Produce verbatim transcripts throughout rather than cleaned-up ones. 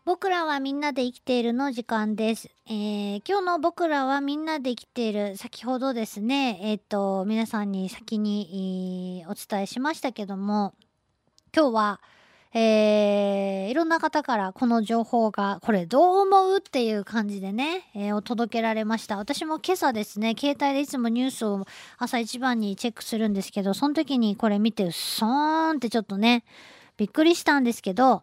僕らはみんなで生きているの時間です。えー、今日の僕らはみんなで生きている、先ほどですね、えっと、皆さんに先に、えーお伝えしましたけども、今日は、えーいろんな方からこの情報が、これどう思うっていう感じでね、えーお届けられました。私も今朝ですね、携帯でいつもニュースを朝一番にチェックするんですけど、その時にこれ見て、うっそーんってちょっとね、びっくりしたんですけど、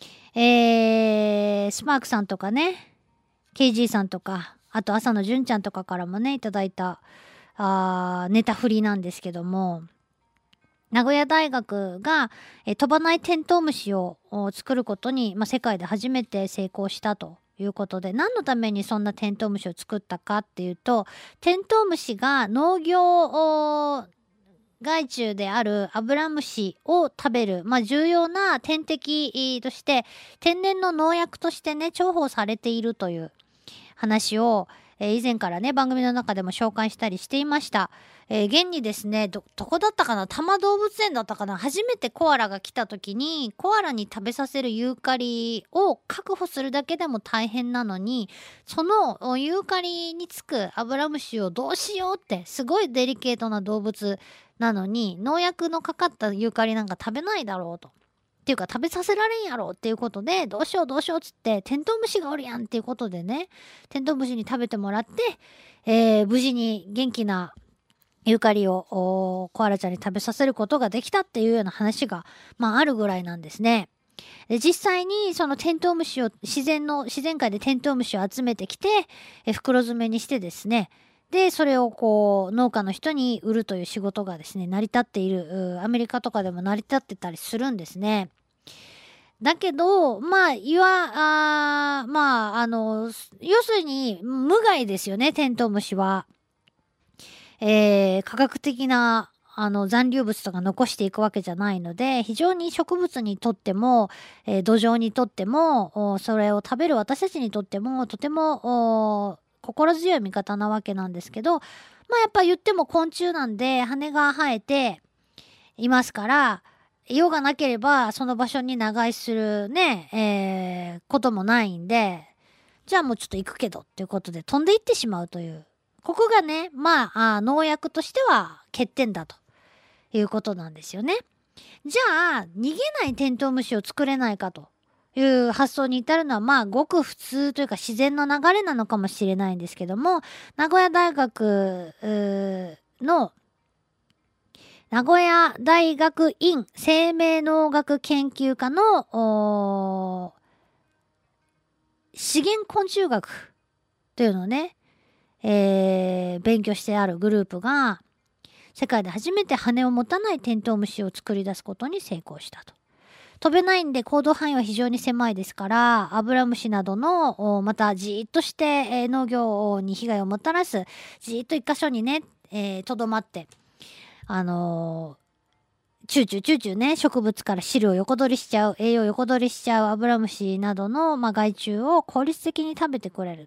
えー、スマークさんとかね、ケージー さんとか、あと朝の純ちゃんとかからもね、いただいた、あーネタ振りなんですけども、名古屋大学が、えー飛ばないテントウムシをお作ることに、まあ、世界で初めて成功したということで、何のためにそんなテントウムシを作ったかっていうと、テントウムシが農業お害虫であるアブラムシを食べる、まあ、重要な天敵として天然の農薬としてね重宝されているという話を、えー以前からね番組の中でも紹介したりしていました。えー現にですねど、どこだったかな、多摩動物園だったかな、初めてコアラが来た時にコアラに食べさせるユーカリを確保するだけでも大変なのに、そのおユーカリにつくアブラムシをどうしようって、すごいデリケートな動物なのに農薬のかかったユーカリなんか食べないだろうと。っていうか食べさせられんやろっていうことで、どうしようどうしようっつってテントウムシがおるやんっていうことでね、テントウムシに食べてもらって、えー無事に元気なユーカリをおコアラちゃんに食べさせることができたっていうような話が、まああるぐらいなんですね。で実際にそのテントウムシを自然の自然界でテントウムシを集めてきて、え袋詰めにしてですね、でそれをこう農家の人に売るという仕事がですね成り立っている、うアメリカとかでも成り立ってたりするんですね。だけどまあいわあーまああの要するに無害ですよね、テントウムシは。えー科学的なあの残留物とか残していくわけじゃないので、非常に植物にとっても、えー土壌にとっても、おそれを食べる私たちにとってもとてもお心強い味方なわけなんですけど、まあやっぱ言っても昆虫なんで羽が生えていますから、用がなければその場所に長居するね、えーこともないんで、じゃあもうちょっと行くけどっていうことで飛んでいってしまうという。ここがね、まあ、あ農薬としては欠点だということなんですよね。じゃあ、逃げないテントウムシを作れないかという発想に至るのは、まあ、ごく普通というか自然の流れなのかもしれないんですけども、名古屋大学うーの名古屋大学院生命農学研究科のおー資源昆虫学というのをね、えー勉強してあるグループが、世界で初めて羽を持たないテントウムシを作り出すことに成功したと。飛べないんで行動範囲は非常に狭いですから、アブラムシなどの、おまたじーっとして、えー農業に被害をもたらす、じーっと一箇所にね、えーとどまって、あのーチューチューチューチューね、植物から汁を横取りしちゃう、栄養を横取りしちゃうアブラムシなどの、まあ、害虫を効率的に食べてくれる。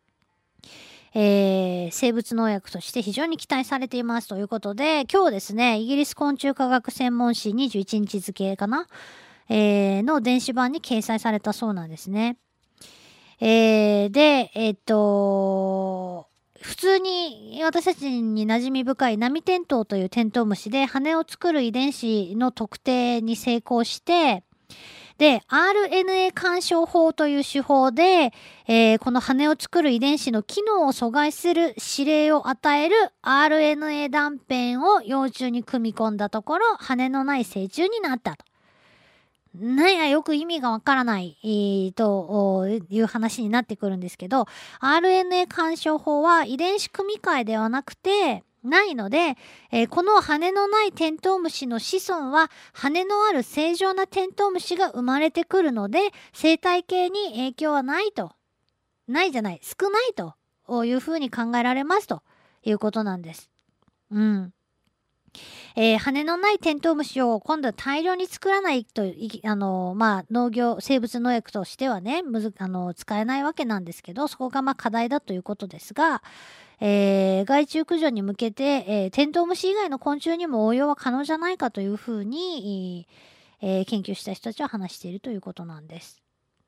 えー生物農薬として非常に期待されていますということで、今日ですね、イギリス昆虫科学専門誌にじゅういちにち付かな、えーの電子版に掲載されたそうなんですね。えーで、えっと、普通に私たちに馴染み深いナミテントウというテントウムシで羽を作る遺伝子の特定に成功して、で、アールエヌエー 干渉法という手法で、えーこの羽を作る遺伝子の機能を阻害する指令を与える アールエヌエー 断片を幼虫に組み込んだところ、羽のない成虫になったと。なんやよく意味がわからない、えーとおいう話になってくるんですけど、アールエヌエー 干渉法は遺伝子組み換えではなくて、ないので、えーこの羽のないテントウムシの子孫は羽のある正常なテントウムシが生まれてくるので、生態系に影響はないと。ないじゃない、少ないというふうに考えられますということなんです。うん。えー羽のないテントウムシを今度は大量に作らないといあのまあ農業生物農薬としてはねむずあの使えないわけなんですけど、そこがまあ課題だということですが、えー害虫駆除に向けて、えーテントウムシ以外の昆虫にも応用は可能じゃないかというふうに、えー研究した人たちは話しているということなんです。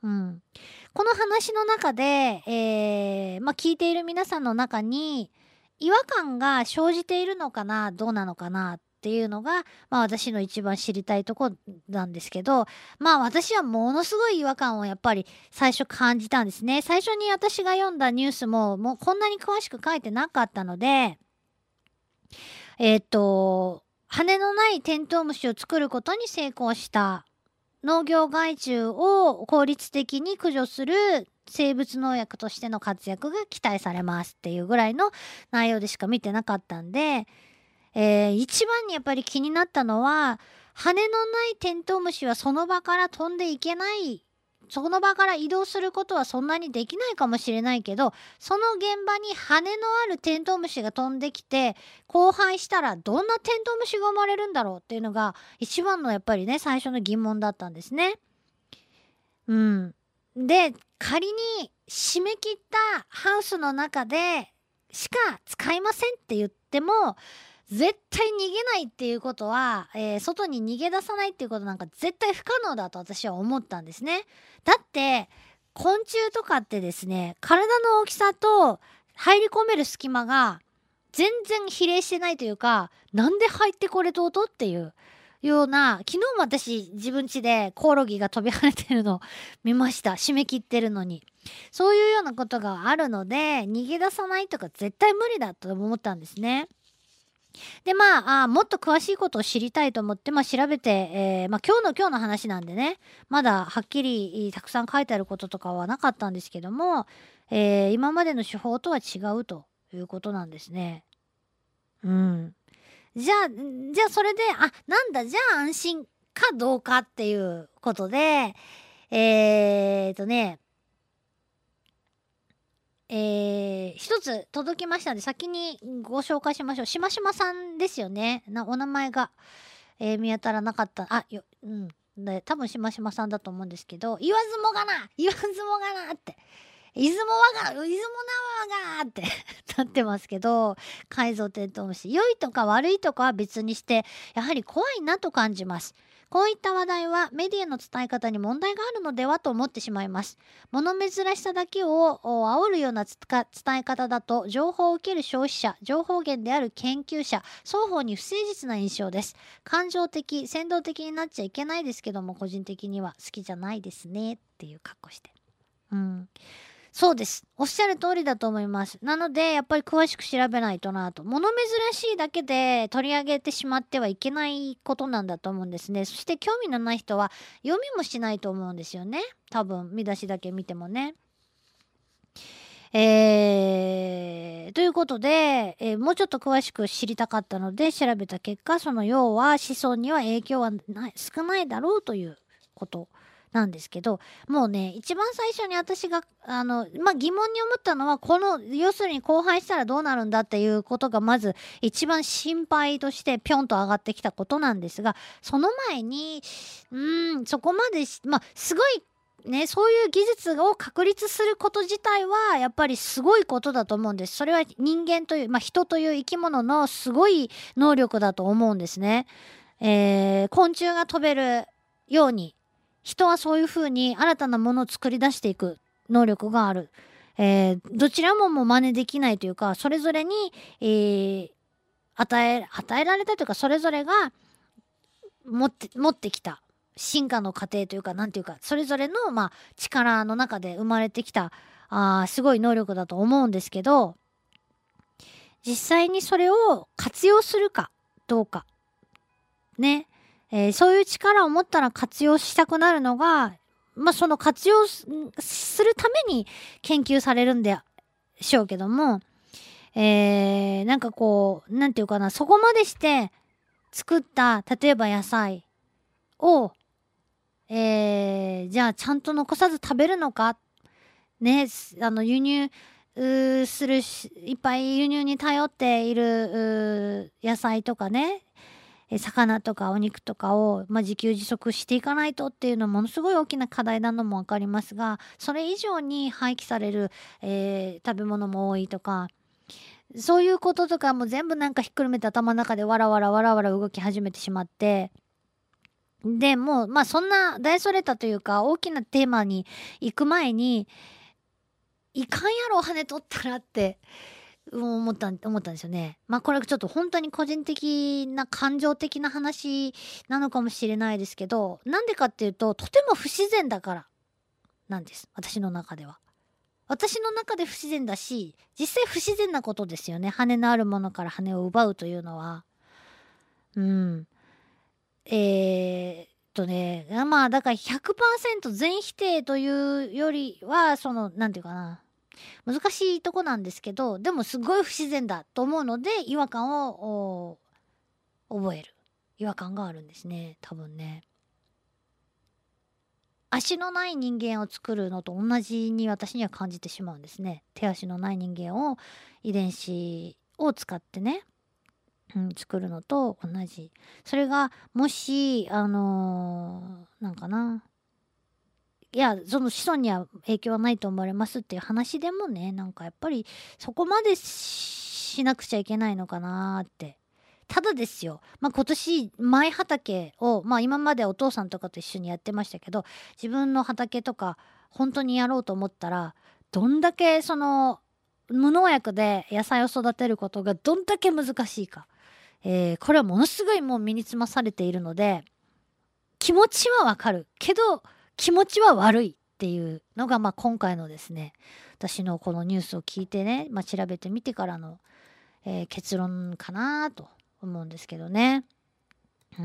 うん。この話の中で、えー、まあ聞いている皆さんの中に違和感が生じているのかな、どうなのかなっていうのが、まあ私の一番知りたいとこなんですけど、まあ私はものすごい違和感をやっぱり最初感じたんですね。最初に私が読んだニュースももうこんなに詳しく書いてなかったので、えっと、羽のないテントウムシを作ることに成功した農業害虫を効率的に駆除する生物農薬としての活躍が期待されますっていうぐらいの内容でしか見てなかったんで、えー一番にやっぱり気になったのは、羽のないテントウムシはその場から飛んでいけない、その場から移動することはそんなにできないかもしれないけど、その現場に羽のあるテントウムシが飛んできて交配したらどんなテントウムシが生まれるんだろうっていうのが一番のやっぱりね、最初の疑問だったんですね。うん。で、仮に締め切ったハウスの中でしか使いませんって言っても、絶対逃げないっていうことは、えー外に逃げ出さないっていうことなんか絶対不可能だと私は思ったんですね。だって、昆虫とかってですね、体の大きさと入り込める隙間が全然比例してないというか、なんで入ってこれとうとっていうような、昨日も私自分家でコオロギが飛び跳ねてるのを見ました。締め切ってるのに。そういうようなことがあるので、逃げ出さないとか絶対無理だと思ったんですね。で、まあ、あーもっと詳しいことを知りたいと思って、まあ、調べて、えーまあ、今日の今日の話なんでね、まだはっきりたくさん書いてあることとかはなかったんですけども、えー今までの手法とは違うということなんですね。うん。じゃあ、んじゃあそれで、あ、なんだ、じゃあ安心かどうかっていうことで、えーとね、えー、一つ届きましたので、先にご紹介しましょう。しましまさんですよね。な、お名前が、えー見当たらなかった。あ、よ、うん。で、多分しましまさんだと思うんですけど、言わずもがな言わずもがなって、出雲わが、出雲縄がってなってますけど、改造テントウムシ。良いとか悪いとかは別にして、やはり怖いなと感じます。こういった話題はメディアの伝え方に問題があるのではと思ってしまいます。物珍しさだけをお煽るようなつか伝え方だと、情報を受ける消費者、情報源である研究者、双方に不誠実な印象です。感情的、扇動的になっちゃいけないですけども、個人的には好きじゃないですねっていう格好して。うん。そうです。おっしゃる通りだと思います。なので、やっぱり詳しく調べないとなと。物珍しいだけで取り上げてしまってはいけないことなんだと思うんですね。そして興味のない人は読みもしないと思うんですよね。多分、見出しだけ見てもね。えー、ということで、えーもうちょっと詳しく知りたかったので調べた結果、その要は子孫には影響はない少ないだろうということなんですけど、もうね、一番最初に私が、あの、まあ、疑問に思ったのは、この、要するに交配したらどうなるんだっていうことが、まず一番心配としてぴょんと上がってきたことなんですが、その前に、うーん、そこまでし、まあ、すごいね、そういう技術を確立すること自体はやっぱりすごいことだと思うんです。それは人間という、まあ、人という生き物のすごい能力だと思うんですね。えー昆虫が飛べるように、人はそういうふうに新たなものを作り出していく能力がある。えーどちらももう真似できないというか、それぞれに、えー与え、与えられたというか、それぞれが持って、持ってきた進化の過程というか、なんていうか、それぞれの、まあ、力の中で生まれてきた、あーすごい能力だと思うんですけど、実際にそれを活用するかどうか。ね。えーそういう力を持ったら活用したくなるのが、まあ、その活用すするために研究されるんでしょうけども、えーなんかこう、なんていうかな、そこまでして作った、例えば野菜を、えー、じゃあちゃんと残さず食べるのかね、すあの輸入うーするし、いっぱい輸入に頼っているうー野菜とかね、え魚とかお肉とかを、まあ、自給自足していかないとっていうのはものすごい大きな課題なのもわかりますが、それ以上に廃棄される、えー食べ物も多いとか、そういうこととかも全部なんかひっくるめて頭の中でわらわらわらわら動き始めてしまって、 でもうまあそんな大それたというか大きなテーマに行く前に、いかんやろ羽取ったらって思った思ったんですよね。まあこれちょっと本当に個人的な感情的な話なのかもしれないですけど、なんでかっていうととても不自然だからなんです、私の中では。私の中で不自然だし、実際不自然なことですよね。羽のあるものから羽を奪うというのは。うんえー、っとねまあだから ひゃくパーセント 全否定というよりは、そのなんていうかな、難しいとこなんですけど、でもすごい不自然だと思うので違和感を覚える違和感があるんですね、多分ね。足のない人間を作るのと同じに私には感じてしまうんですね。手足のない人間を遺伝子を使ってね、うん、作るのと同じ。それがもしあのー、なんかないやその子孫には影響はないと思われますっていう話でもね、なんかやっぱりそこまでしなくちゃいけないのかなって。ただですよ、まあ、今年前畑を、まあ、今までお父さんとかと一緒にやってましたけど、自分の畑とか本当にやろうと思ったら、どんだけその無農薬で野菜を育てることがどんだけ難しいか、えー、これはものすごいもう身につまされているので、気持ちはわかるけど気持ちは悪いっていうのが、まあ、今回のですね、私のこのニュースを聞いてね、まあ、調べてみてからの、えー、結論かなと思うんですけどね。うん。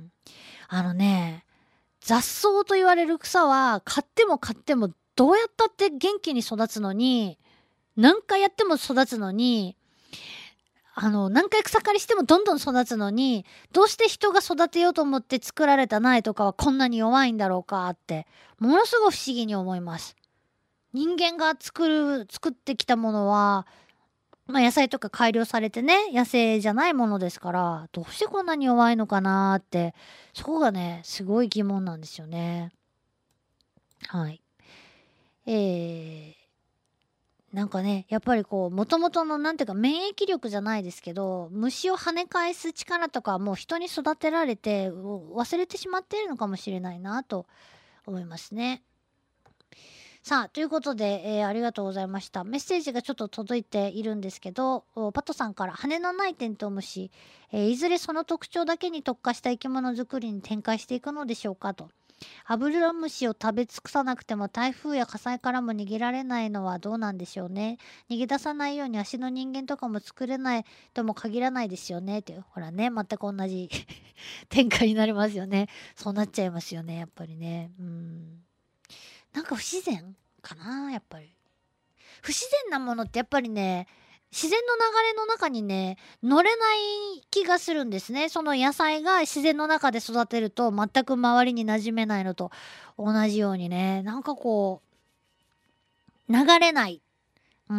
あのね、雑草と言われる草は買っても買ってもどうやったって元気に育つのに、何回やっても育つのに、あの何回草刈りしてもどんどん育つのに、どうして人が育てようと思って作られた苗とかはこんなに弱いんだろうかってものすごい不思議に思います。人間が作る作ってきたものは、まあ、野菜とか改良されてね、野生じゃないものですから、どうしてこんなに弱いのかなって、そこがねすごい疑問なんですよね。はいえーなんかねやっぱりこうもともとのなんていうか免疫力じゃないですけど、虫を跳ね返す力とかはもう人に育てられて忘れてしまっているのかもしれないなと思いますね。さあということで、えーありがとうございました。メッセージがちょっと届いているんですけど、おパトさんから羽のないテントウムシ、えーいずれその特徴だけに特化した生き物作りに展開していくのでしょうかと。アブラムシを食べ尽くさなくても台風や火災からも逃げられないのはどうなんでしょうね。逃げ出さないように足の人間とかも作れないとも限らないですよねっていう、ほらね全く同じ展開になりますよね。そうなっちゃいますよねやっぱりね。うんなんか不自然かなやっぱり。不自然なものってやっぱりね自然の流れの中にね乗れない気がするんですね。その野菜が自然の中で育てると全く周りに馴染めないのと同じようにね、なんかこう流れない、うん、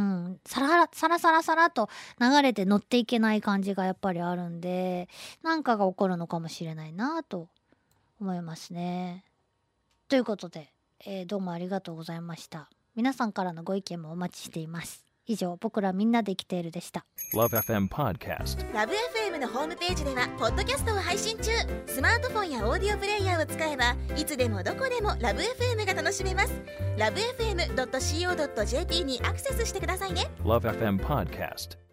サラサラサラサラと流れて乗っていけない感じがやっぱりあるんで、なんかが起こるのかもしれないなと思いますね。ということで、えーどうもありがとうございました。皆さんからのご意見もお待ちしています。以上、僕らみんなで生きているでした。 Love エフエム Podcast。 ラブ エフエム のホームページではポッドキャストを配信中。スマートフォンやオーディオプレイヤーを使えばいつでもどこでもラブ エフエム が楽しめます。 ラブエフエムドットシーオードットジェーピー にアクセスしてくださいね。 Love エフエム Podcast。